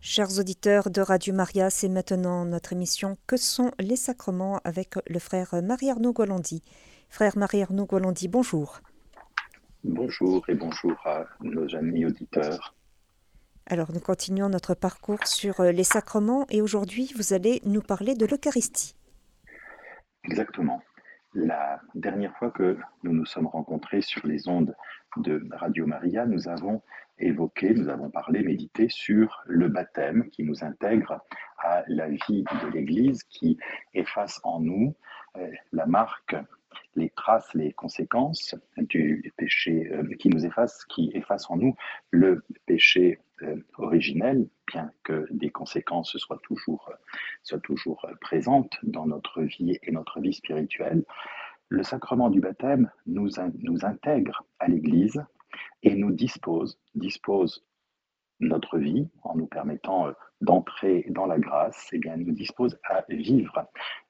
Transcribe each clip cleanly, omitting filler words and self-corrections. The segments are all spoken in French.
Chers auditeurs de Radio Maria, c'est maintenant notre émission « Que sont les sacrements ?» avec le frère Marie-Arnaud Golandi. Frère Marie-Arnaud Golandi, bonjour. Bonjour et bonjour à nos amis auditeurs. Alors nous continuons notre parcours sur les sacrements et aujourd'hui vous allez nous parler de l'Eucharistie. Exactement. La dernière fois que nous nous sommes rencontrés sur les ondes de Radio Maria, nous avons parlé, médité sur le baptême qui nous intègre à la vie de l'Église, qui efface en nous la marque, les traces, les conséquences du péché, qui efface en nous le péché originel, bien que des conséquences soient toujours présentes dans notre vie et notre vie spirituelle. Le sacrement du baptême nous intègre à l'Église et nous dispose notre vie en nous permettant d'entrer dans la grâce, et bien nous dispose à vivre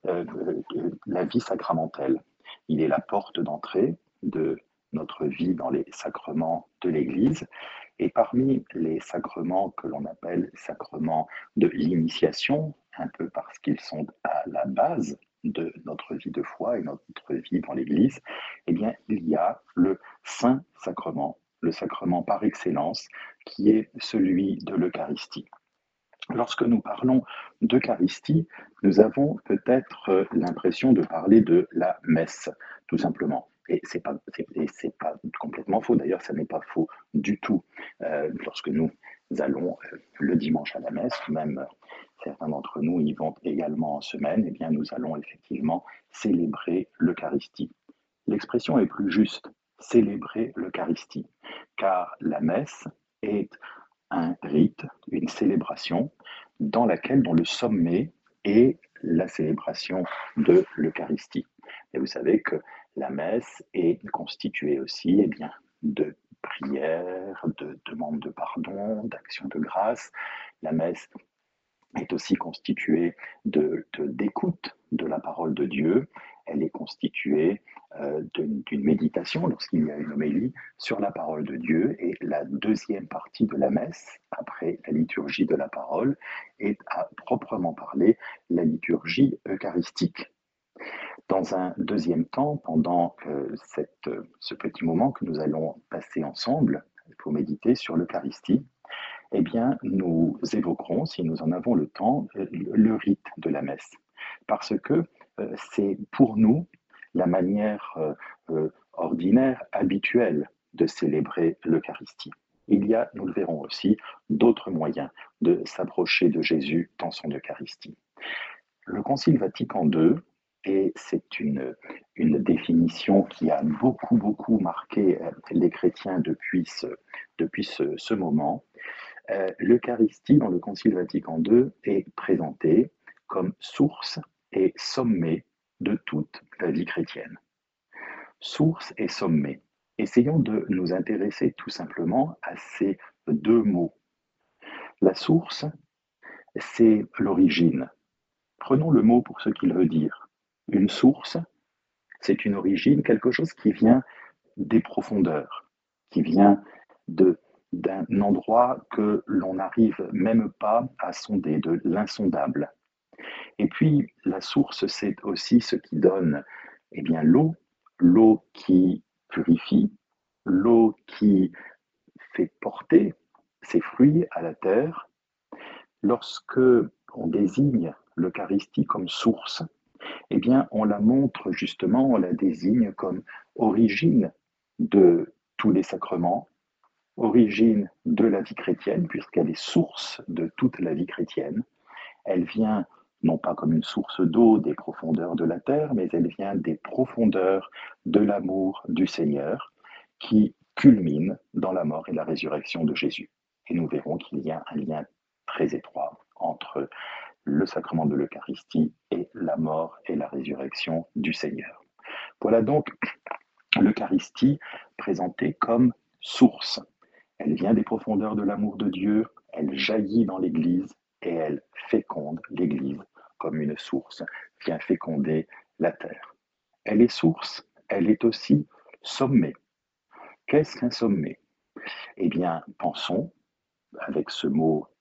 la vie sacramentelle. Il est la porte d'entrée de notre vie dans les sacrements de l'Église. Et parmi les sacrements que l'on appelle sacrements de l'initiation, un peu parce qu'ils sont à la base de notre vie de foi et notre vie dans l'Église, eh bien, il y a le Saint-Sacrement, le sacrement par excellence, qui est celui de l'Eucharistie. Lorsque nous parlons d'Eucharistie, nous avons peut-être l'impression de parler de la messe, tout simplement. Et c'est pas complètement faux, d'ailleurs, ça n'est pas faux du tout. Lorsque nous allons le dimanche à la messe, même certains d'entre nous y vont également en semaine, eh bien, nous allons effectivement célébrer l'Eucharistie. L'expression est plus juste, célébrer l'Eucharistie, car la messe est un rite, une célébration dont le sommet est la célébration de l'Eucharistie. Et vous savez que la messe est constituée aussi de prières, de demandes de pardon, d'actions de grâce. La messe est aussi constituée d'écoute de la parole de Dieu. Elle est constituée d'une méditation lorsqu'il y a une homélie sur la parole de Dieu. Et la deuxième partie de la messe, après la liturgie de la parole, est à proprement parler la liturgie eucharistique. Dans un deuxième temps, pendant ce petit moment que nous allons passer ensemble pour méditer sur l'Eucharistie, eh bien, nous évoquerons, si nous en avons le temps, le rite de la messe. Parce que c'est pour nous la manière ordinaire, habituelle de célébrer l'Eucharistie. Il y a, nous le verrons aussi, d'autres moyens de s'approcher de Jésus dans son Eucharistie. Le Concile Vatican II, et c'est une définition qui a beaucoup marqué les chrétiens depuis ce moment, l'Eucharistie dans le Concile Vatican II est présentée comme source et sommet de toute la vie chrétienne. Source et sommet. Essayons de nous intéresser tout simplement à ces deux mots. La source, c'est l'origine. Prenons le mot pour ce qu'il veut dire. Une source, c'est une origine, quelque chose qui vient des profondeurs, qui vient d'un endroit que l'on n'arrive même pas à sonder, de l'insondable. Et puis, la source, c'est aussi ce qui donne l'eau qui purifie, l'eau qui fait porter ses fruits à la terre. Lorsque on désigne l'Eucharistie comme source, eh bien, on la montre justement, on la désigne comme origine de tous les sacrements, origine de la vie chrétienne, puisqu'elle est source de toute la vie chrétienne. Elle vient non pas comme une source d'eau des profondeurs de la terre, mais elle vient des profondeurs de l'amour du Seigneur, qui culmine dans la mort et la résurrection de Jésus. Et nous verrons qu'il y a un lien très étroit entre le sacrement de l'Eucharistie et la mort et la résurrection du Seigneur. Voilà donc l'Eucharistie présentée comme source. Elle vient des profondeurs de l'amour de Dieu, elle jaillit dans l'Église et elle féconde l'Église comme une source vient féconder la terre. Elle est source, elle est aussi sommet. Qu'est-ce qu'un sommet? Eh bien, pensons, avec ce mot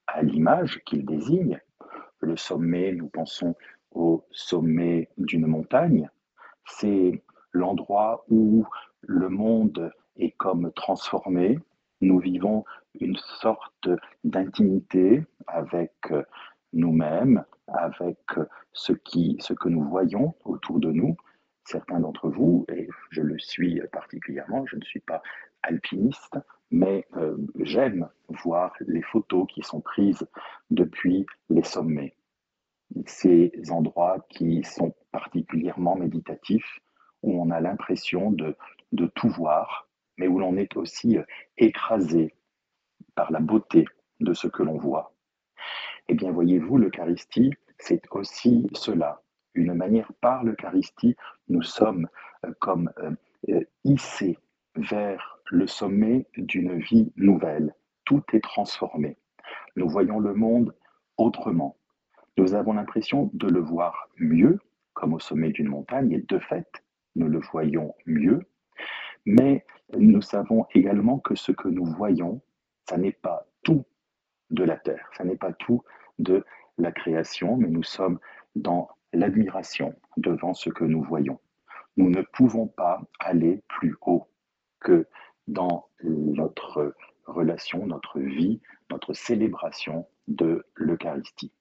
à l'image qu'il désigne. Le sommet, nous pensons au sommet d'une montagne. C'est l'endroit où le monde est comme transformé. Nous vivons une sorte d'intimité avec nous-mêmes, avec ce que nous voyons autour de nous. Certains d'entre vous, et je le suis particulièrement, je ne suis pas alpiniste, mais j'aime voir les photos qui sont prises depuis les sommets. Ces endroits qui sont particulièrement méditatifs, où on a l'impression de tout voir, mais où l'on est aussi écrasé par la beauté de ce que l'on voit. Eh bien, voyez-vous, l'Eucharistie, c'est aussi cela. Une manière, par l'Eucharistie, nous sommes comme hissés vers le sommet d'une vie nouvelle. Tout est transformé. Nous voyons le monde autrement. Nous avons l'impression de le voir mieux, comme au sommet d'une montagne, et de fait, nous le voyons mieux, mais nous savons également que ce que nous voyons, ça n'est pas tout de la terre, ça n'est pas tout de la création, mais nous sommes dans l'admiration devant ce que nous voyons. Nous ne pouvons pas aller plus haut que dans notre relation, notre vie, notre célébration de l'Eucharistie.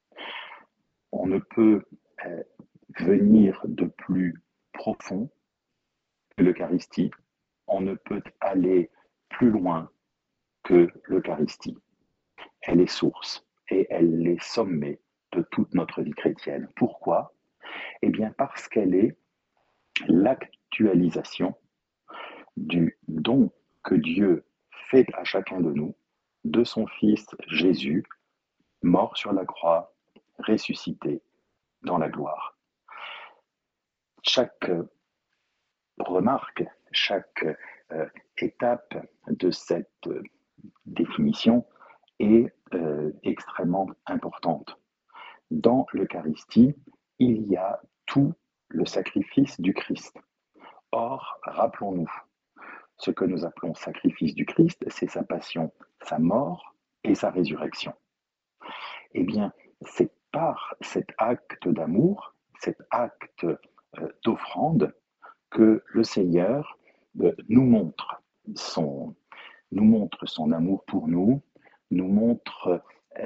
On ne peut venir de plus profond que l'Eucharistie, on ne peut aller plus loin que l'Eucharistie. Elle est source et elle est sommet de toute notre vie chrétienne. Pourquoi? Eh bien parce qu'elle est l'actualisation du don que Dieu fait à chacun de nous, de son Fils Jésus, mort sur la croix, ressuscité dans la gloire. Chaque remarque, chaque étape de cette définition est extrêmement importante. Dans l'Eucharistie, il y a tout le sacrifice du Christ. Or, rappelons-nous, ce que nous appelons sacrifice du Christ, c'est sa passion, sa mort et sa résurrection. Eh bien, c'est par cet acte d'amour, cet acte d'offrande, que le Seigneur nous montre son amour pour nous, nous montre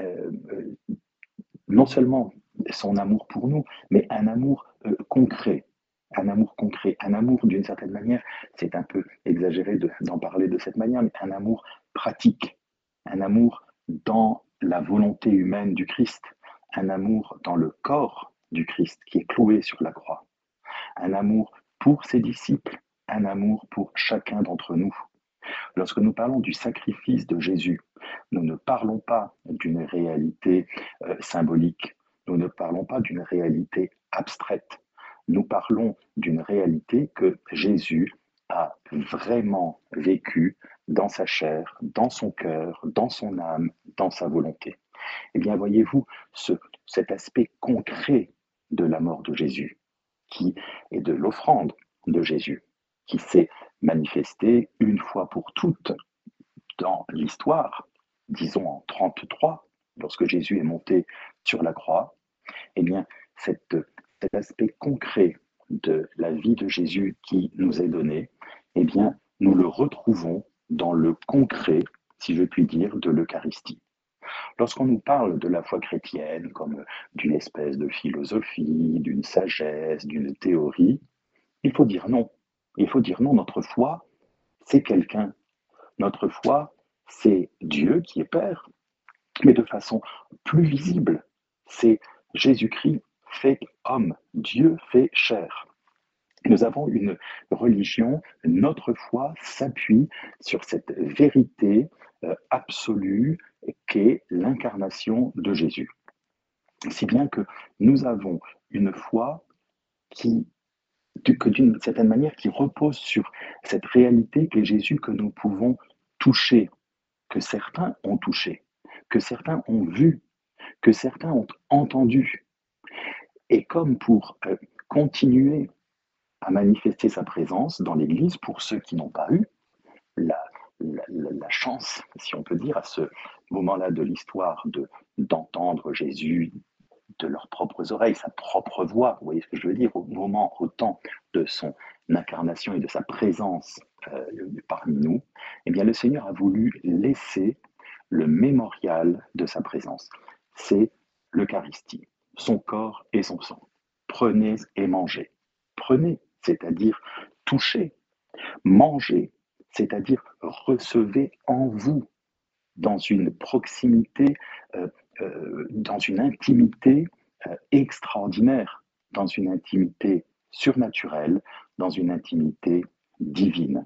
non seulement son amour pour nous, mais un amour concret. Un amour concret, un amour d'une certaine manière, c'est un peu exagéré d'en parler de cette manière, mais un amour pratique, un amour dans la volonté humaine du Christ, un amour dans le corps du Christ qui est cloué sur la croix, un amour pour ses disciples, un amour pour chacun d'entre nous. Lorsque nous parlons du sacrifice de Jésus, nous ne parlons pas d'une réalité symbolique, nous ne parlons pas d'une réalité abstraite, nous parlons d'une réalité que Jésus a vraiment vécue dans sa chair, dans son cœur, dans son âme, dans sa volonté. Eh bien, voyez-vous, cet aspect concret de la mort de Jésus, qui est de l'offrande de Jésus, qui s'est manifesté une fois pour toutes dans l'histoire, disons en 33, lorsque Jésus est monté sur la croix, eh bien, cet aspect concret de la vie de Jésus qui nous est donné, eh bien, nous le retrouvons dans le concret, si je puis dire, de l'Eucharistie. Lorsqu'on nous parle de la foi chrétienne comme d'une espèce de philosophie, d'une sagesse, d'une théorie, il faut dire non. Il faut dire non, notre foi, c'est quelqu'un. Notre foi, c'est Dieu qui est Père, mais de façon plus visible. C'est Jésus-Christ fait homme, Dieu fait chair. Nous avons une religion, notre foi s'appuie sur cette vérité absolue qu'est l'incarnation de Jésus. Si bien que nous avons une foi que d'une certaine manière qui repose sur cette réalité qu'est Jésus que nous pouvons toucher, que certains ont touché, que certains ont vu, que certains ont entendu. Et comme pour continuer à manifester sa présence dans l'Église, pour ceux qui n'ont pas eu la, la chance, si on peut dire, à ce moment-là de l'histoire d'entendre Jésus de leurs propres oreilles, sa propre voix, vous voyez ce que je veux dire, au temps de son incarnation et de sa présence parmi nous, eh bien le Seigneur a voulu laisser le mémorial de sa présence. C'est l'Eucharistie, son corps et son sang. Prenez et mangez. Prenez, c'est-à-dire touchez. Mangez, c'est-à-dire recevez en vous, dans une proximité, dans une intimité extraordinaire, dans une intimité surnaturelle, dans une intimité divine.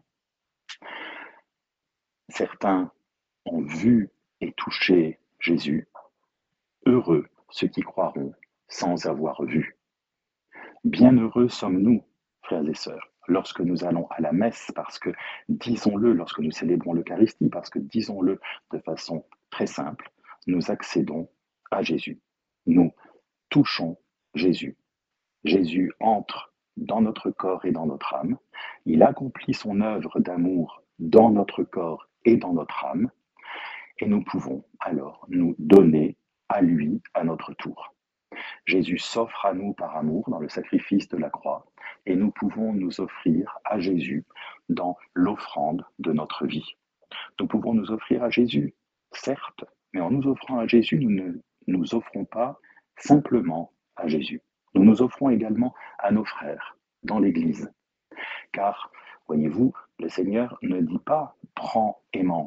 Certains ont vu et touché Jésus. Heureux ceux qui croiront sans avoir vu. Bienheureux sommes-nous, frères et sœurs, lorsque nous allons à la messe, parce que, disons-le, lorsque nous célébrons l'Eucharistie, parce que, disons-le de façon très simple, nous accédons à Jésus. Nous touchons Jésus. Jésus entre dans notre corps et dans notre âme. Il accomplit son œuvre d'amour dans notre corps et dans notre âme. Et nous pouvons alors nous donner à lui à notre tour. Jésus s'offre à nous par amour dans le sacrifice de la croix et nous pouvons nous offrir à Jésus dans l'offrande de notre vie. Nous pouvons nous offrir à Jésus, certes, mais en nous offrant à Jésus, nous ne nous offrons pas simplement à Jésus. Nous nous offrons également à nos frères dans l'Église. Car, voyez-vous, le Seigneur ne dit pas « prends et mange ».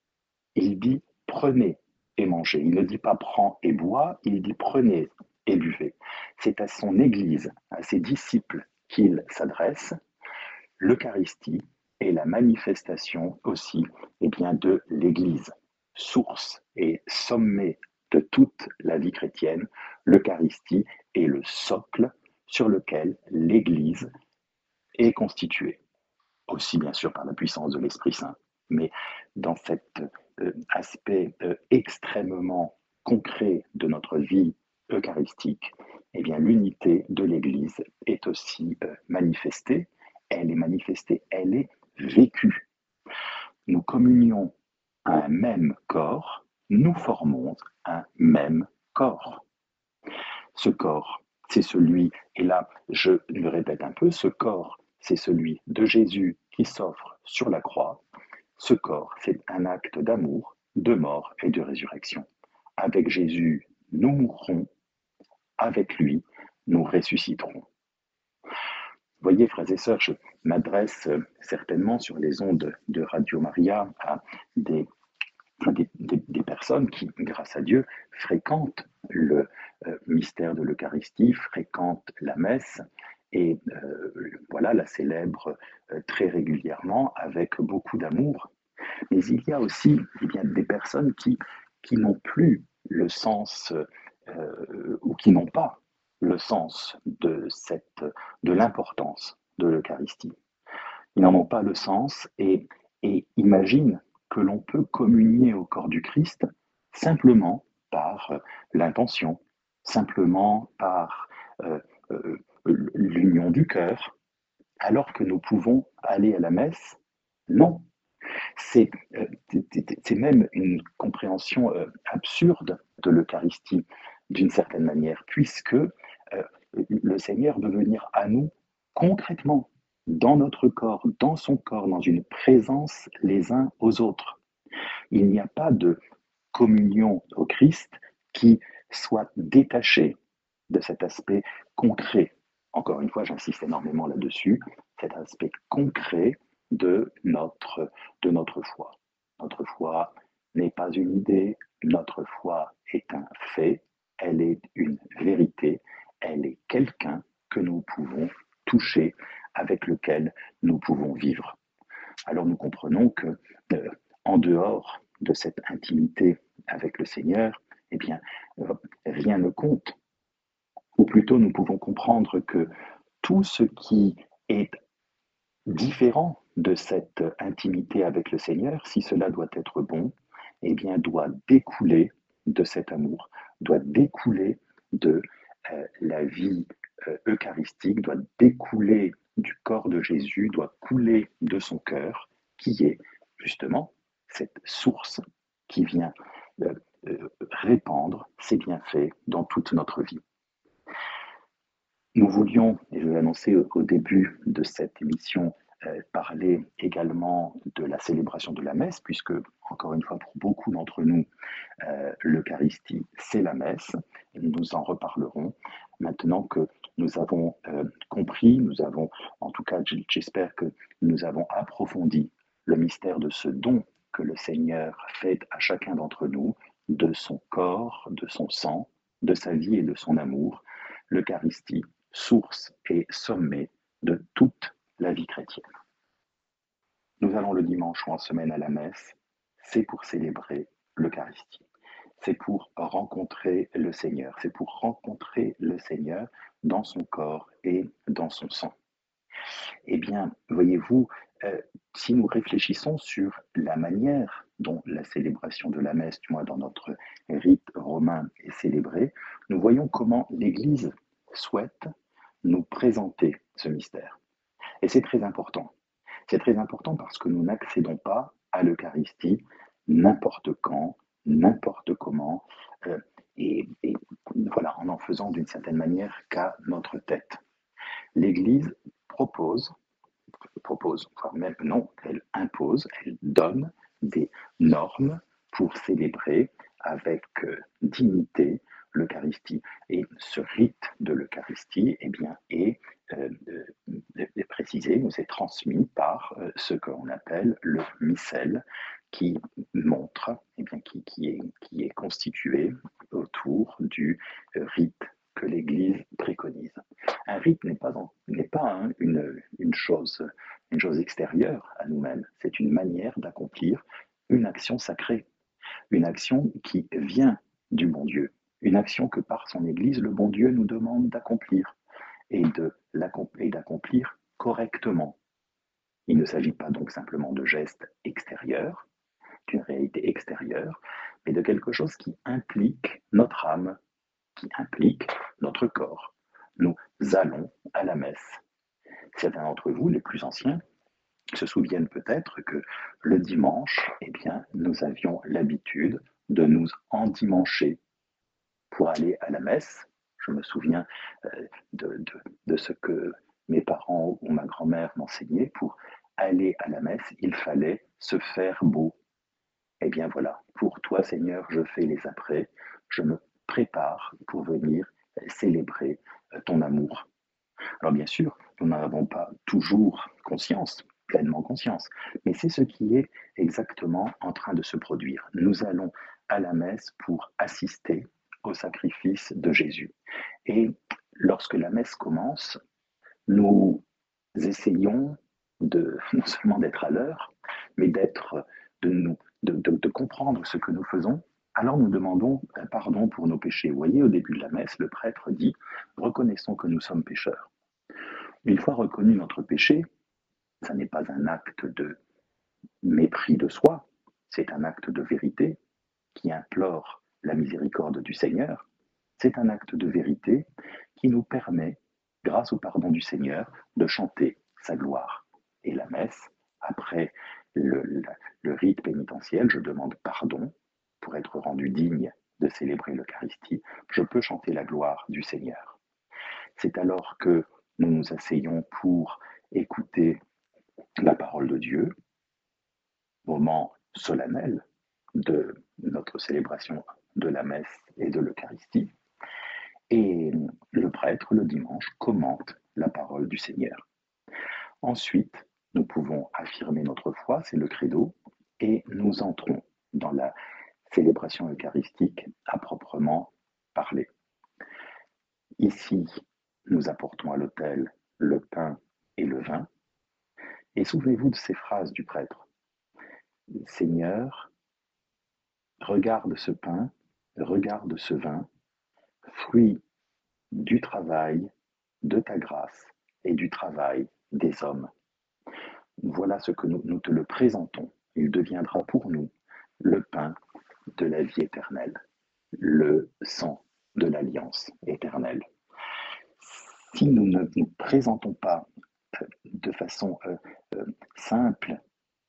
Il dit « prenez et mangez ». Il ne dit pas « prends et bois », il dit « prenez et buvez ». C'est à son Église, à ses disciples qu'il s'adresse. L'Eucharistie est la manifestation aussi de l'Église, source et sommet de toute la vie chrétienne. L'Eucharistie est le socle sur lequel l'Église est constituée, aussi bien sûr par la puissance de l'Esprit Saint, mais dans cet aspect extrêmement concret de notre vie eucharistique, eh bien l'unité de l'Église est aussi manifestée. Elle est manifestée, elle est vécue. Nous communions un même corps, nous formons un même corps. Ce corps, c'est celui, et là je me répète un peu, ce corps, c'est celui de Jésus qui s'offre sur la croix. Ce corps, c'est un acte d'amour, de mort et de résurrection. Avec Jésus, nous mourrons, avec lui, nous ressusciterons. Voyez, frères et sœurs, je m'adresse certainement sur les ondes de Radio Maria à des personnes qui, grâce à Dieu, fréquentent le mystère de l'Eucharistie, fréquentent la messe et la célèbrent très régulièrement avec beaucoup d'amour. Mais il y a aussi des personnes qui n'ont plus le sens ou qui n'ont pas le sens de l'importance de l'Eucharistie. Ils n'en ont pas le sens et imaginent que l'on peut communier au corps du Christ simplement par l'intention, simplement par l'union du cœur, alors que nous pouvons aller à la messe. Non, c'est même une compréhension absurde de l'Eucharistie, d'une certaine manière, puisque le Seigneur veut venir à nous concrètement, dans notre corps, dans son corps, dans une présence les uns aux autres. Il n'y a pas de communion au Christ qui soit détachée de cet aspect concret. Encore une fois, j'insiste énormément là-dessus, cet aspect concret de notre foi. Notre foi n'est pas une idée, notre foi est un fait, elle est une vérité, elle est quelqu'un que nous pouvons toucher, avec lequel nous pouvons vivre. Alors nous comprenons que en dehors de cette intimité avec le Seigneur, eh bien, rien ne compte. Ou plutôt, nous pouvons comprendre que tout ce qui est différent de cette intimité avec le Seigneur, si cela doit être bon, eh bien, doit découler de cet amour, doit découler de la vie eucharistique, doit découler du corps de Jésus, doit couler de son cœur, qui est justement cette source qui vient répandre ses bienfaits dans toute notre vie. Nous voulions, et je l'ai annoncé au début de cette émission, parler également de la célébration de la messe, puisque, encore une fois, pour beaucoup d'entre nous, l'Eucharistie, c'est la messe. Nous en reparlerons maintenant que nous avons compris, nous avons, en tout cas, j'espère que nous avons approfondi le mystère de ce don que le Seigneur fait à chacun d'entre nous, de son corps, de son sang, de sa vie et de son amour. L'Eucharistie, source et sommet de toute la vie chrétienne. Nous allons le dimanche ou en semaine à la messe, c'est pour célébrer l'Eucharistie. C'est pour rencontrer le Seigneur. C'est pour rencontrer le Seigneur dans son corps et dans son sang. Eh bien, voyez-vous, si nous réfléchissons sur la manière dont la célébration de la messe, du moins dans notre rite romain, est célébrée, nous voyons comment l'Église souhaite nous présenter ce mystère. Et c'est très important. C'est très important parce que nous n'accédons pas à l'Eucharistie n'importe quand, n'importe comment, et voilà, en faisant d'une certaine manière qu'à notre tête. L'Église propose, voire même non, elle impose, elle donne des normes pour célébrer avec dignité l'Eucharistie. Et ce rite de l'Eucharistie, eh bien, est précisé, nous est transmis par ce qu'on appelle le missel, qui montre, eh bien, qui est constitué autour du rite que l'Église préconise. Un rite n'est pas une chose extérieure à nous-mêmes, c'est une manière d'accomplir une action sacrée, une action qui vient du bon Dieu, une action que par son Église, le bon Dieu nous demande d'accomplir et d'accomplir correctement. Il ne s'agit pas donc simplement de gestes extérieurs, d'une réalité extérieure, mais de quelque chose qui implique notre âme, qui implique notre corps. Nous allons à la messe. Certains d'entre vous, les plus anciens, se souviennent peut-être que le dimanche, eh bien, nous avions l'habitude de nous endimancher pour aller à la messe. Je me souviens de ce que mes parents ou ma grand-mère m'enseignaient. Pour aller à la messe, il fallait se faire beau. Eh bien voilà, pour toi Seigneur, je fais les apprêts, je me prépare pour venir célébrer ton amour. Alors bien sûr, nous n'en avons pas toujours conscience, pleinement conscience, mais c'est ce qui est exactement en train de se produire. Nous allons à la messe pour assister au sacrifice de Jésus. Et lorsque la messe commence, nous essayons non seulement d'être à l'heure, mais de comprendre ce que nous faisons. Alors nous demandons pardon pour nos péchés. Vous voyez, au début de la messe, le prêtre dit « Reconnaissons que nous sommes pécheurs ». Une fois reconnu notre péché, ça n'est pas un acte de mépris de soi, c'est un acte de vérité qui implore la miséricorde du Seigneur. C'est un acte de vérité qui nous permet, grâce au pardon du Seigneur, de chanter sa gloire. Et la messe, après le rite pénitentiel, je demande pardon pour être rendu digne de célébrer l'Eucharistie, je peux chanter la gloire du Seigneur. C'est alors que nous nous asseyons pour écouter la parole de Dieu, moment solennel de notre célébration de la messe et de l'Eucharistie, et le prêtre, le dimanche, commente la parole du Seigneur. Ensuite, nous pouvons affirmer notre foi, c'est le credo, et nous entrons dans la célébration eucharistique à proprement parler. Ici, nous apportons à l'autel le pain et le vin, et souvenez-vous de ces phrases du prêtre. Seigneur, regarde ce pain, regarde ce vin, fruit du travail, de ta grâce et du travail des hommes. Voilà ce que nous te le présentons. Il deviendra pour nous le pain de la vie éternelle, le sang de l'alliance éternelle. Si nous ne nous présentons pas de façon simple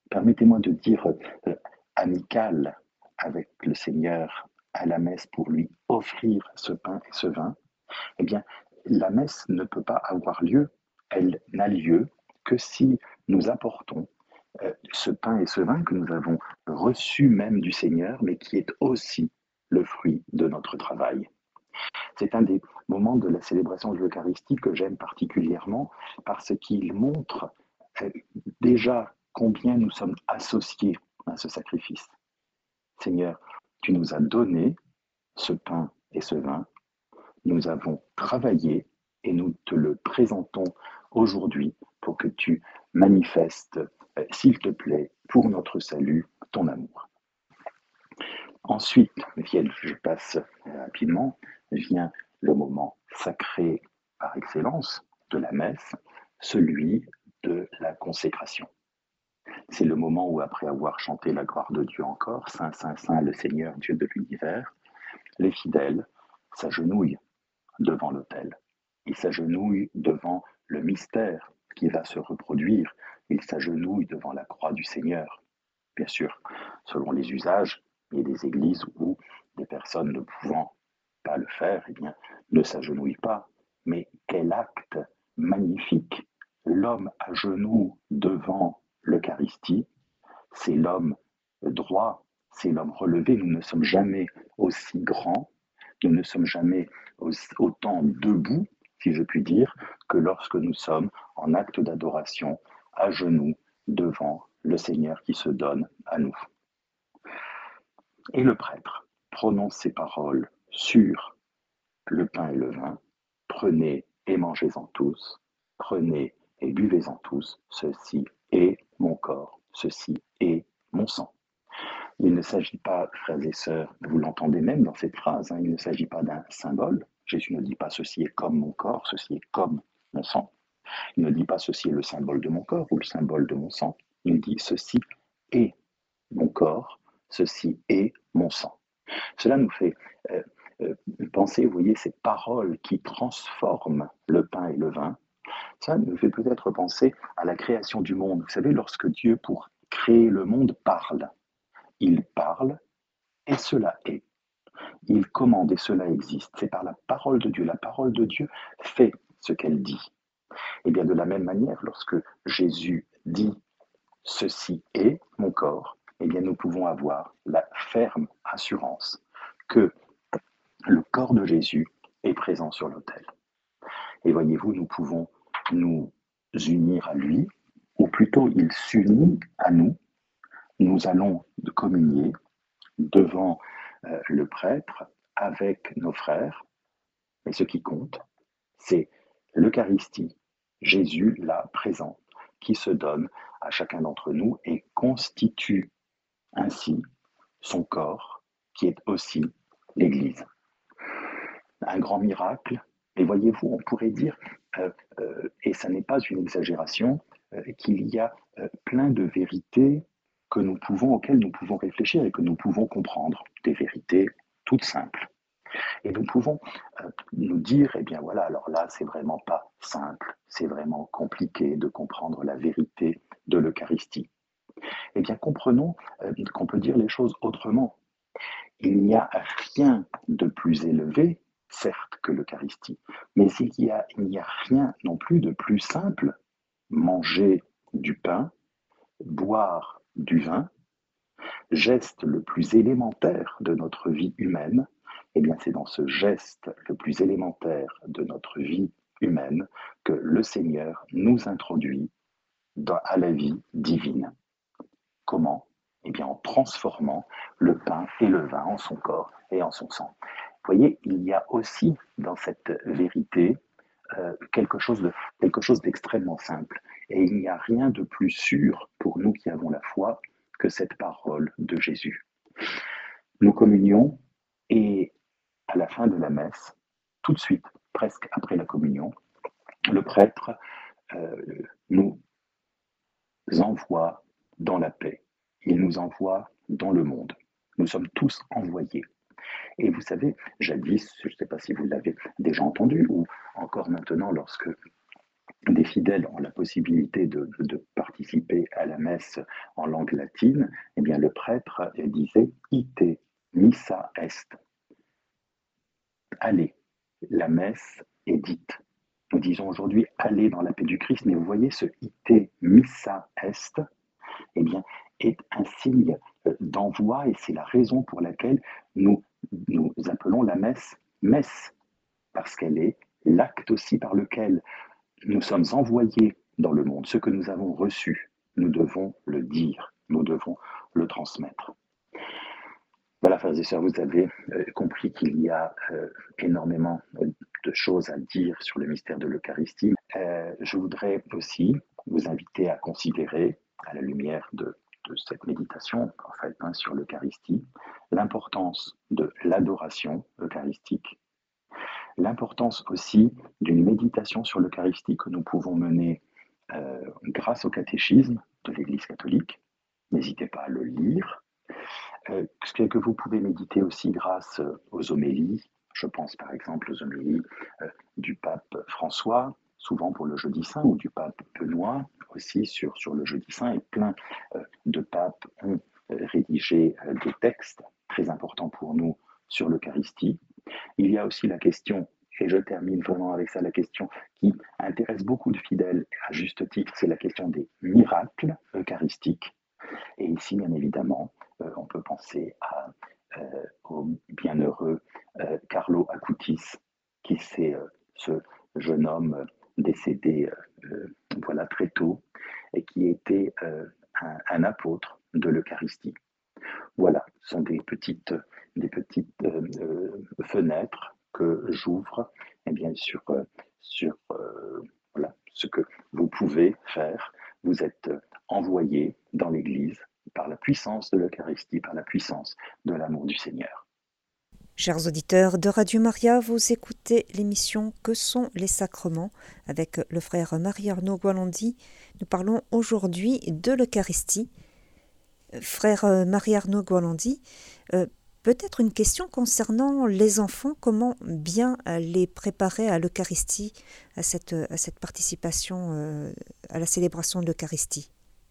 permettez-moi de dire, amical avec le Seigneur à la messe pour lui offrir ce pain et ce vin, eh bien, la messe ne peut pas avoir lieu, elle n'a lieu que si nous apportons ce pain et ce vin que nous avons reçu même du Seigneur, mais qui est aussi le fruit de notre travail. C'est un des moments de la célébration de l'Eucharistie que j'aime particulièrement parce qu'il montre euh, déjà combien nous sommes associés à ce sacrifice. Seigneur, tu nous as donné ce pain et ce vin, nous avons travaillé et nous te le présentons aujourd'hui pour que tu manifestes, s'il te plaît, pour notre salut, ton amour. Ensuite, je passe rapidement, vient le moment sacré par excellence de la messe, celui de la consécration. C'est le moment où, après avoir chanté la gloire de Dieu encore, Saint, Saint, Saint, le Seigneur, Dieu de l'univers, les fidèles s'agenouillent devant l'autel. Ils s'agenouillent devant le mystère qui va se reproduire. Ils s'agenouillent devant la croix du Seigneur. Bien sûr, selon les usages, il y a des églises où des personnes ne pouvant pas le faire, eh bien, ne s'agenouillent pas. Mais quel acte magnifique! L'homme à genoux devant l'Eucharistie, c'est l'homme droit, c'est l'homme relevé. Nous ne sommes jamais aussi grands, nous ne sommes jamais autant debout, si je puis dire, que lorsque nous sommes en acte d'adoration, à genoux, devant le Seigneur qui se donne à nous. Et le prêtre prononce ces paroles sur le pain et le vin. Prenez et mangez-en tous, prenez et buvez-en tous, ceci est mon corps, ceci est mon sang. Il ne s'agit pas, frères et sœurs, vous l'entendez même dans cette phrase, il ne s'agit pas d'un symbole. Jésus ne dit pas ceci est comme mon corps, ceci est comme mon sang. Il ne dit pas ceci est le symbole de mon corps ou le symbole de mon sang. Il dit ceci est mon corps, ceci est mon sang. Cela nous fait penser, vous voyez, ces paroles qui transforment le pain et le vin. Ça nous fait peut-être penser à la création du monde. Vous savez, lorsque Dieu, pour créer le monde, parle, il parle et cela est. Il commande et cela existe. C'est par la parole de Dieu. La parole de Dieu fait ce qu'elle dit. Et bien de la même manière, lorsque Jésus dit « ceci est mon corps », eh bien nous pouvons avoir la ferme assurance que le corps de Jésus est présent sur l'autel. Et voyez-vous, nous pouvons nous unir à lui, ou plutôt il s'unit à nous. Nous allons communier devant le prêtre avec nos frères. Mais ce qui compte, c'est l'Eucharistie, Jésus là présent, qui se donne à chacun d'entre nous et constitue ainsi son corps, qui est aussi l'Église. Un grand miracle, et voyez-vous, on pourrait dire, et ça n'est pas une exagération, qu'il y a plein de vérités auxquelles nous pouvons réfléchir et que nous pouvons comprendre, des vérités toutes simples. Et nous pouvons nous dire, eh bien voilà, alors là, c'est vraiment pas simple, c'est vraiment compliqué de comprendre la vérité de l'Eucharistie. Eh bien, comprenons qu'on peut dire les choses autrement. Il n'y a rien de plus élevé, certes, que l'Eucharistie, mais il n'y a rien non plus de plus simple. Manger du pain, boire du vin, geste le plus élémentaire de notre vie humaine, eh bien c'est dans ce geste le plus élémentaire de notre vie humaine que le Seigneur nous introduit à la vie divine. Comment? Eh bien en transformant le pain et le vin en son corps et en son sang. Vous voyez, il y a aussi dans cette vérité quelque chose d'extrêmement simple. Et il n'y a rien de plus sûr pour nous qui avons la foi que cette parole de Jésus. Nous communions et à la fin de la messe, tout de suite, presque après la communion, le prêtre nous envoie dans la paix. Il nous envoie dans le monde. Nous sommes tous envoyés. Et vous savez, jadis, je ne sais pas si vous l'avez déjà entendu, ou encore maintenant lorsque des fidèles ont la possibilité de participer à la messe en langue latine, eh bien le prêtre disait ite missa est. Allez, la messe est dite. Nous disons aujourd'hui allez dans la paix du Christ, mais vous voyez ce ite missa est, eh bien, est un signe d'envoi et c'est la raison pour laquelle nous appelons la messe messe, parce qu'elle est l'acte aussi par lequel nous sommes envoyés dans le monde. Ce que nous avons reçu, nous devons le dire, nous devons le transmettre. Voilà, frères et sœurs, vous avez compris qu'il y a énormément de choses à dire sur le mystère de l'Eucharistie. Je voudrais aussi vous inviter à considérer, à la lumière de cette méditation, en fait, sur l'Eucharistie, l'importance de l'adoration eucharistique, l'importance aussi d'une méditation sur l'Eucharistie que nous pouvons mener grâce au catéchisme de l'Église catholique. N'hésitez pas à le lire. Ce que vous pouvez méditer aussi grâce aux homélies. Je pense par exemple aux homélies du pape François, souvent pour le Jeudi Saint, ou du pape Benoît aussi sur le Jeudi Saint. Et plein de papes ont rédigé des textes très importants pour nous sur l'Eucharistie. Il y a aussi la question, et je termine vraiment avec ça, la question qui intéresse beaucoup de fidèles à juste titre, c'est la question des miracles eucharistiques. Et ici, bien évidemment, on peut penser au bienheureux Carlo Acutis, qui c'est ce jeune homme décédé voilà, très tôt et qui était un apôtre de l'Eucharistie. Voilà, ce sont des petites fenêtres que j'ouvre eh bien, sur voilà, ce que vous pouvez faire. Vous êtes envoyé dans l'Église par la puissance de l'Eucharistie, par la puissance de l'amour du Seigneur. Chers auditeurs de Radio Maria, vous écoutez l'émission Que sont les sacrements avec le frère Marie-Arnaud Gualandi. Nous parlons aujourd'hui de l'Eucharistie. Frère Marie-Arnaud Gualandi, peut-être une question concernant les enfants, comment bien les préparer à l'Eucharistie, à cette participation à la célébration de l'Eucharistie?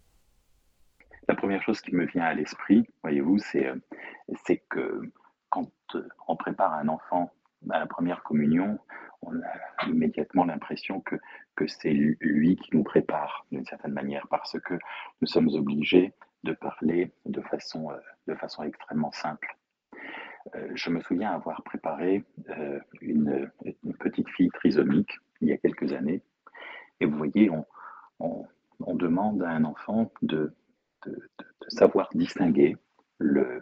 La première chose qui me vient à l'esprit, voyez-vous, c'est que quand on prépare un enfant à la première communion, on a immédiatement l'impression que c'est lui qui nous prépare d'une certaine manière, parce que nous sommes obligés de parler de façon extrêmement simple. Je me souviens avoir préparé une petite fille trisomique il y a quelques années, et vous voyez, on demande à un enfant de savoir distinguer le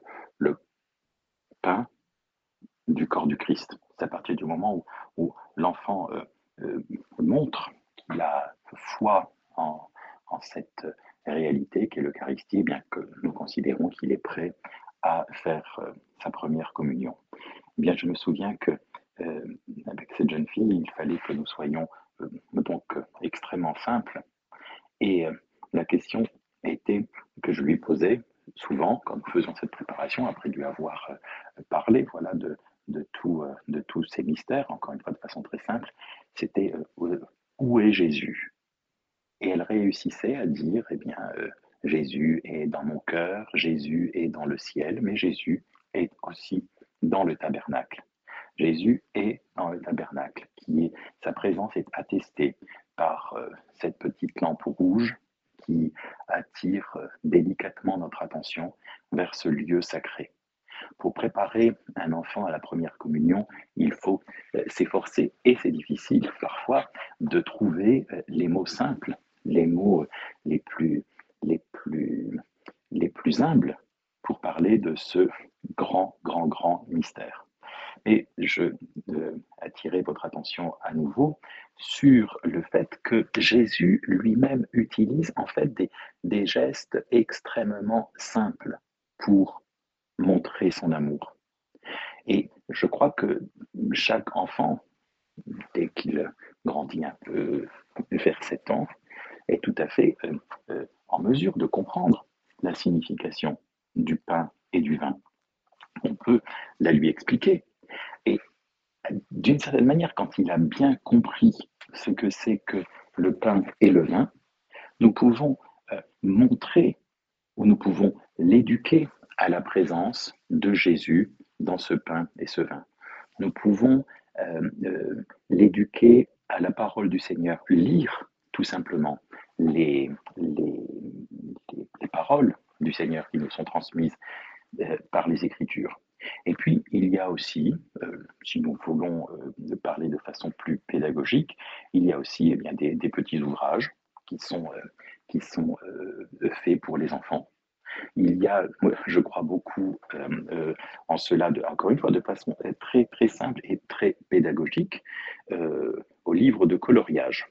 pain du corps du Christ. C'est à partir du moment où l'enfant montre qu'il a foi en cette réalité qu'est l'Eucharistie, eh bien que nous considérons qu'il est prêt à faire sa première communion. Eh bien, je me souviens que avec cette jeune fille, il fallait que nous soyons donc extrêmement simples. Et la question était que je lui posais souvent, quand nous faisons cette préparation, après lui avoir parlé voilà, de tous ces mystères, encore une fois de façon très simple, c'était où est Jésus? Et elle réussissait à dire, eh bien, Jésus est dans mon cœur, Jésus est dans le ciel, mais Jésus est aussi dans le tabernacle. Jésus est dans le tabernacle, sa présence est attestée par cette petite lampe rouge qui attire délicatement notre attention vers ce lieu sacré. Pour préparer un enfant à la première communion, il faut s'efforcer, et c'est difficile parfois, de trouver les mots simples, les mots les plus humbles pour parler de ce grand mystère. Et je attirer votre attention à nouveau sur le fait que Jésus lui-même utilise en fait des gestes extrêmement simples pour montrer son amour. Et je crois que chaque enfant, dès qu'il grandit un peu vers 7 ans, est tout à fait en mesure de comprendre la signification du pain et du vin. On peut la lui expliquer. Et d'une certaine manière, quand il a bien compris ce que c'est que le pain et le vin, nous pouvons montrer, où nous pouvons l'éduquer à la présence de Jésus dans ce pain et ce vin. Nous pouvons l'éduquer à la parole du Seigneur, lire tout simplement les, les, les paroles du Seigneur qui nous sont transmises par les Écritures. Et puis, il y a aussi, si nous voulons parler de façon plus pédagogique, il y a aussi des petits ouvrages qui sont faits pour les enfants. Il y a, je crois beaucoup en cela, encore une fois, de façon très, très simple et très pédagogique, au livre de coloriage.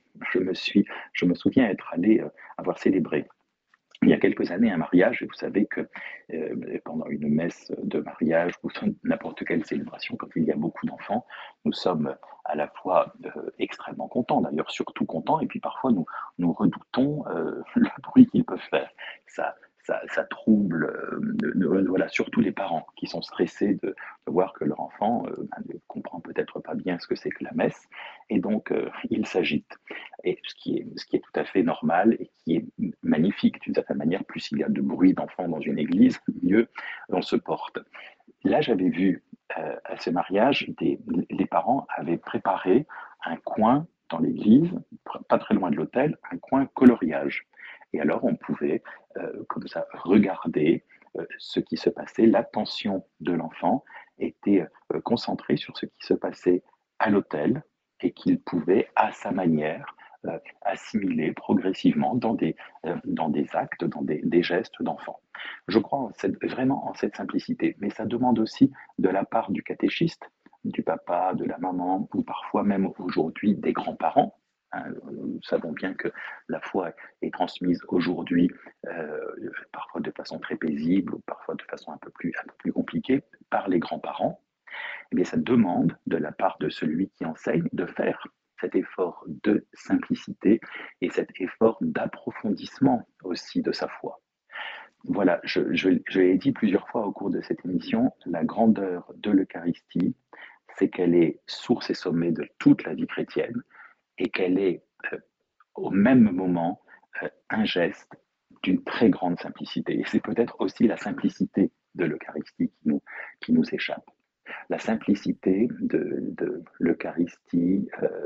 Je me souviens être allé avoir célébré il y a quelques années un mariage, et vous savez que pendant une messe de mariage ou n'importe quelle célébration, quand il y a beaucoup d'enfants, nous sommes à la fois extrêmement contents, d'ailleurs surtout contents, et puis parfois nous redoutons le bruit qu'ils peuvent faire. Ça, ça trouble voilà, surtout les parents qui sont stressés de voir que leur enfant ne comprend peut-être pas bien ce que c'est que la messe, et donc il s'agite. Et ce qui est tout à fait normal et qui est magnifique d'une certaine manière. Plus il y a de bruit d'enfants dans une église, mieux on se porte. Là, j'avais vu à ce mariage, les parents avaient préparé un coin dans l'église, pas très loin de l'autel, un coin coloriage. Et alors, on pouvait, comme ça, regarder ce qui se passait. L'attention de l'enfant était concentrée sur ce qui se passait à l'autel et qu'il pouvait, à sa manière, assimiler progressivement dans des actes, dans des gestes d'enfant. Je crois vraiment en cette simplicité, mais ça demande aussi de la part du catéchiste, du papa, de la maman, ou parfois même aujourd'hui des grands-parents. Hein, nous savons bien que la foi est transmise aujourd'hui, parfois de façon très paisible, ou parfois de façon un peu plus compliquée, par les grands-parents. Eh bien, ça demande de la part de celui qui enseigne de faire cet effort de simplicité et cet effort d'approfondissement aussi de sa foi. Voilà, je l'ai dit plusieurs fois au cours de cette émission, la grandeur de l'Eucharistie, c'est qu'elle est source et sommet de toute la vie chrétienne et qu'elle est au même moment un geste d'une très grande simplicité. Et c'est peut-être aussi la simplicité de l'Eucharistie qui nous échappe. La simplicité de l'Eucharistie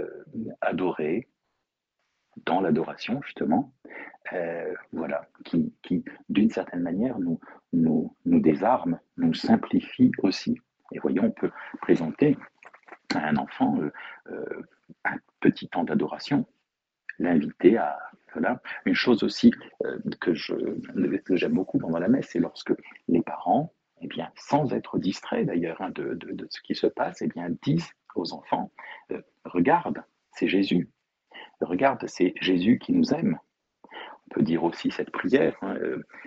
adorée dans l'adoration, justement, voilà, qui d'une certaine manière, nous désarme, nous simplifie aussi. Et voyons, on peut présenter à un enfant un petit temps d'adoration, l'inviter à... Voilà. Une chose aussi que j'aime beaucoup pendant la messe, c'est lorsque les parents, eh bien, sans être distraits d'ailleurs de ce qui se passe, eh bien, disent aux enfants, regarde, c'est Jésus. Regarde, c'est Jésus qui nous aime. On peut dire aussi cette prière, hein,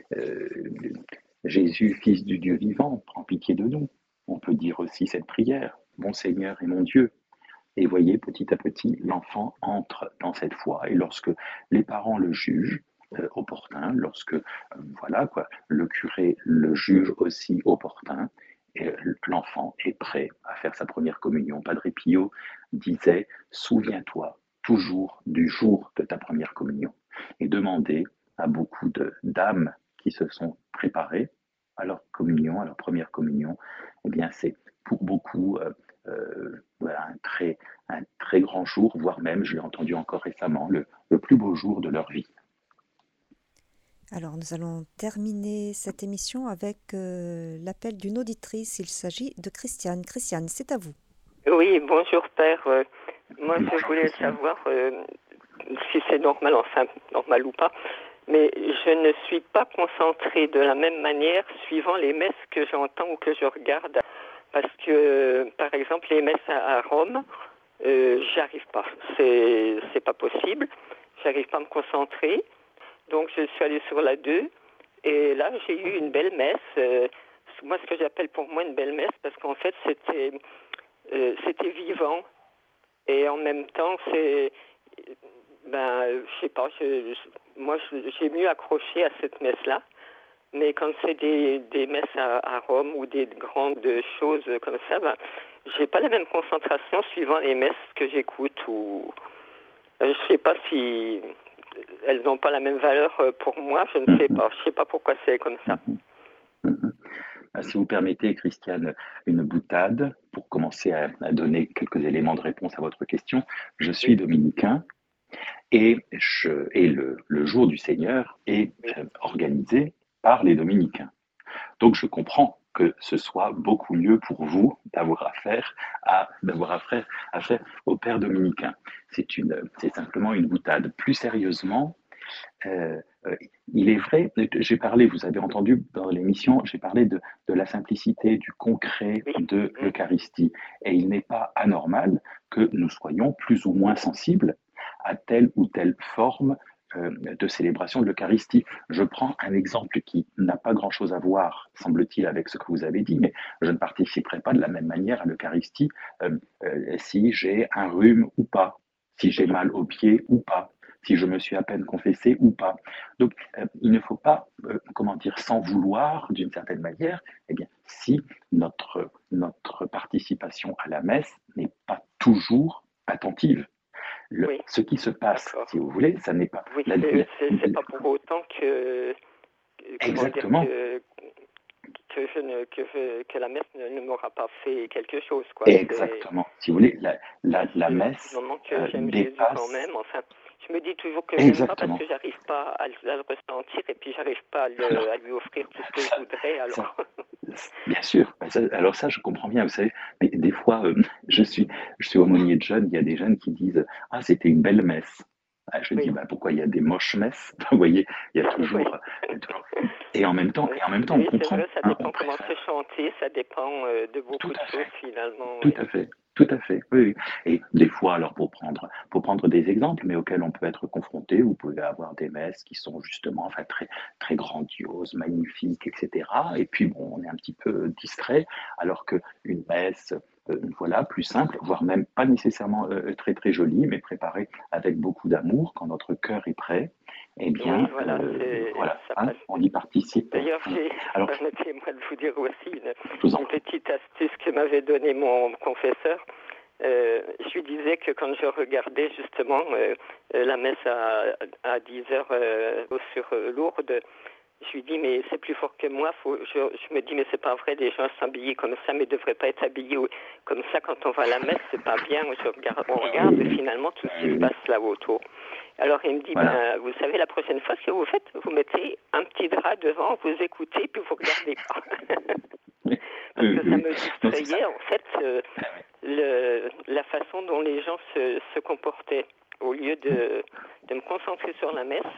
Jésus, Fils du Dieu vivant, prends pitié de nous. On peut dire aussi cette prière, mon Seigneur et mon Dieu. Et voyez, petit à petit, l'enfant entre dans cette foi. Et lorsque les parents le jugent opportun, lorsque voilà quoi, le curé le juge aussi opportun, et l'enfant est prêt à faire sa première communion. Padre Pio disait, souviens-toi toujours du jour de ta première communion. Et demandez à beaucoup d'âmes qui se sont préparées à leur communion, à leur première communion, eh bien c'est pour beaucoup voilà, un très grand jour, voire même, je l'ai entendu encore récemment, le plus beau jour de leur vie. Alors, nous allons terminer cette émission avec l'appel d'une auditrice. Il s'agit de Christiane. Christiane, c'est à vous. Oui, bonjour Père. Moi, Bonjour, je voulais Christiane. savoir si c'est normal, enfin, normal ou pas, mais je ne suis pas concentrée de la même manière suivant les messes que j'entends ou que je regarde. Parce que, par exemple, les messes à Rome, j'y arrive pas. C'est pas possible. J'arrive pas à me concentrer. Donc, je suis allée sur la 2. Et là, j'ai eu une belle messe. Moi, ce que j'appelle pour moi une belle messe, parce qu'en fait, c'était vivant. Et en même temps, je sais pas, moi, j'ai mieux accroché à cette messe-là. Mais quand c'est des messes à Rome ou des grandes choses comme ça, j'ai pas la même concentration suivant les messes que j'écoute. Ou je sais pas si elles n'ont pas la même valeur pour moi. Je ne sais pas. Je sais pas pourquoi c'est comme ça. Si vous permettez, Christiane, une boutade pour commencer à donner quelques éléments de réponse à votre question. Je suis dominicain et le jour du Seigneur est organisé par les dominicains. Donc je comprends que ce soit beaucoup mieux pour vous d'avoir affaire au père dominicain. C'est simplement une boutade. Plus sérieusement, il est vrai, vous avez entendu dans l'émission, j'ai parlé de la simplicité, du concret de l'Eucharistie. Et il n'est pas anormal que nous soyons plus ou moins sensibles à telle ou telle forme de célébration de l'Eucharistie. Je prends un exemple qui n'a pas grand-chose à voir, semble-t-il, avec ce que vous avez dit, mais je ne participerai pas de la même manière à l'Eucharistie si j'ai un rhume ou pas, si j'ai mal aux pieds ou pas, si je me suis à peine confessé ou pas. Donc, il ne faut pas, sans vouloir, d'une certaine manière, eh bien, si notre participation à la messe n'est pas toujours attentive. Ce qui se passe, si vous voulez, ça n'est pas... Oui, c'est pas pour autant que... Exactement. Que la messe ne m'aura pas fait quelque chose, quoi. Exactement. Si vous voulez, la messe que j'aime Jésus quand même. Enfin, je me dis toujours que j'aime pas parce que j'arrive pas à le ressentir et puis j'arrive pas à lui offrir tout ce que je voudrais. Alors. Bien sûr. Alors ça, je comprends bien. Vous savez, mais des fois, je suis aumônier de jeunes. Il y a des jeunes qui disent « Ah, c'était une belle messe ». Je dis pourquoi il y a des moches messes. Vous voyez, il y a toujours. Et en même temps, on comprend. Vrai, ça dépend comment c'est chanté, ça dépend de beaucoup de choses finalement. Tout à fait, oui. Et des fois, alors pour prendre des exemples, mais auxquels on peut être confronté, vous pouvez avoir des messes qui sont justement très, très grandioses, magnifiques, etc. Et puis on est un petit peu distrait, alors qu'une messe, plus simple, voire même pas nécessairement très très jolie, mais préparée avec beaucoup d'amour, quand notre cœur est prêt, eh bien, on y participe. D'ailleurs, permettez-moi de vous dire aussi une petite astuce que m'avait donnée mon confesseur. Je lui disais que quand je regardais justement la messe à 10h sur Lourdes, je lui dis mais c'est plus fort que moi. Je me dis mais c'est pas vrai, les gens s'habillent comme ça, mais ne devraient pas être habillés comme ça quand on va à la messe, c'est pas bien. On regarde finalement tout ce qui se passe là autour. Alors il me dit vous savez, la prochaine fois ce que vous faites, vous mettez un petit drap devant, vous écoutez puis vous regardez pas. Parce que ça me distrayait en fait la façon dont les gens se comportaient. Au lieu de me concentrer sur la messe,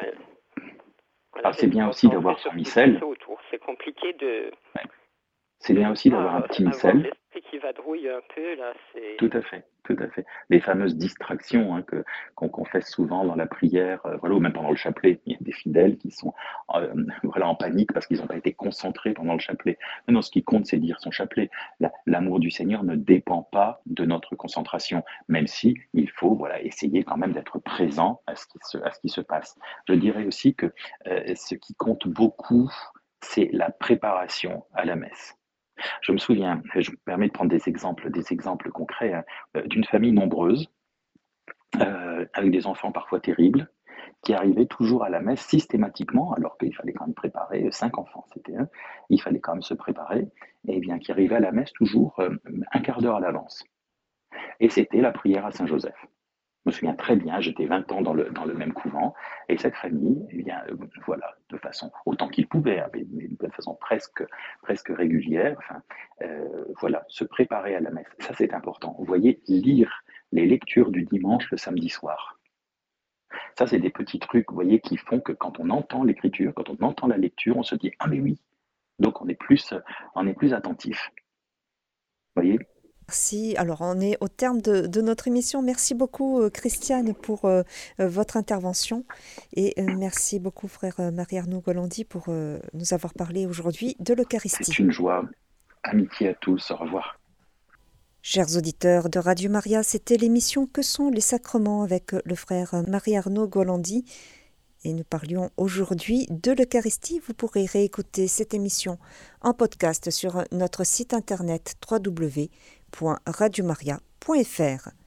c'est bien aussi d'avoir son missel. C'est compliqué de... C'est bien aussi d'avoir un petit missel. L'esprit qui vadrouille un peu, là, c'est... Tout à fait. Les fameuses distractions qu'on confesse souvent dans la prière, ou même pendant le chapelet. Il y a des fidèles qui sont en panique parce qu'ils n'ont pas été concentrés pendant le chapelet. Non, ce qui compte, c'est dire son chapelet. L'amour du Seigneur ne dépend pas de notre concentration, même si il faut essayer quand même d'être présent à ce qui se passe. Je dirais aussi que ce qui compte beaucoup, c'est la préparation à la messe. Je me souviens, je me permets de prendre des exemples concrets d'une famille nombreuse, avec des enfants parfois terribles, qui arrivaient toujours à la messe systématiquement, alors qu'il fallait quand même préparer 5 enfants, il fallait quand même se préparer, et bien qui arrivaient à la messe toujours un quart d'heure à l'avance. Et c'était la prière à Saint-Joseph. Je me souviens très bien, j'étais 20 ans dans le même couvent, et cette famille, de façon, autant qu'ils pouvaient, mais de façon presque régulière, se préparer à la messe. Ça, c'est important. Vous voyez, lire les lectures du dimanche le samedi soir. Ça, c'est des petits trucs, vous voyez, qui font que quand on entend l'écriture, quand on entend la lecture, on se dit « Ah mais oui !» Donc, on est plus attentif. Vous voyez ? Merci. Alors, on est au terme de notre émission. Merci beaucoup, Christiane, pour votre intervention. Et merci beaucoup, frère Marie-Arnaud Golandi, pour nous avoir parlé aujourd'hui de l'Eucharistie. C'est une joie. Amitié à tous. Au revoir. Chers auditeurs de Radio Maria, c'était l'émission « Que sont les sacrements ?» avec le frère Marie-Arnaud Golandi. Et nous parlions aujourd'hui de l'Eucharistie. Vous pourrez réécouter cette émission en podcast sur notre site internet www.radiomaria.fr.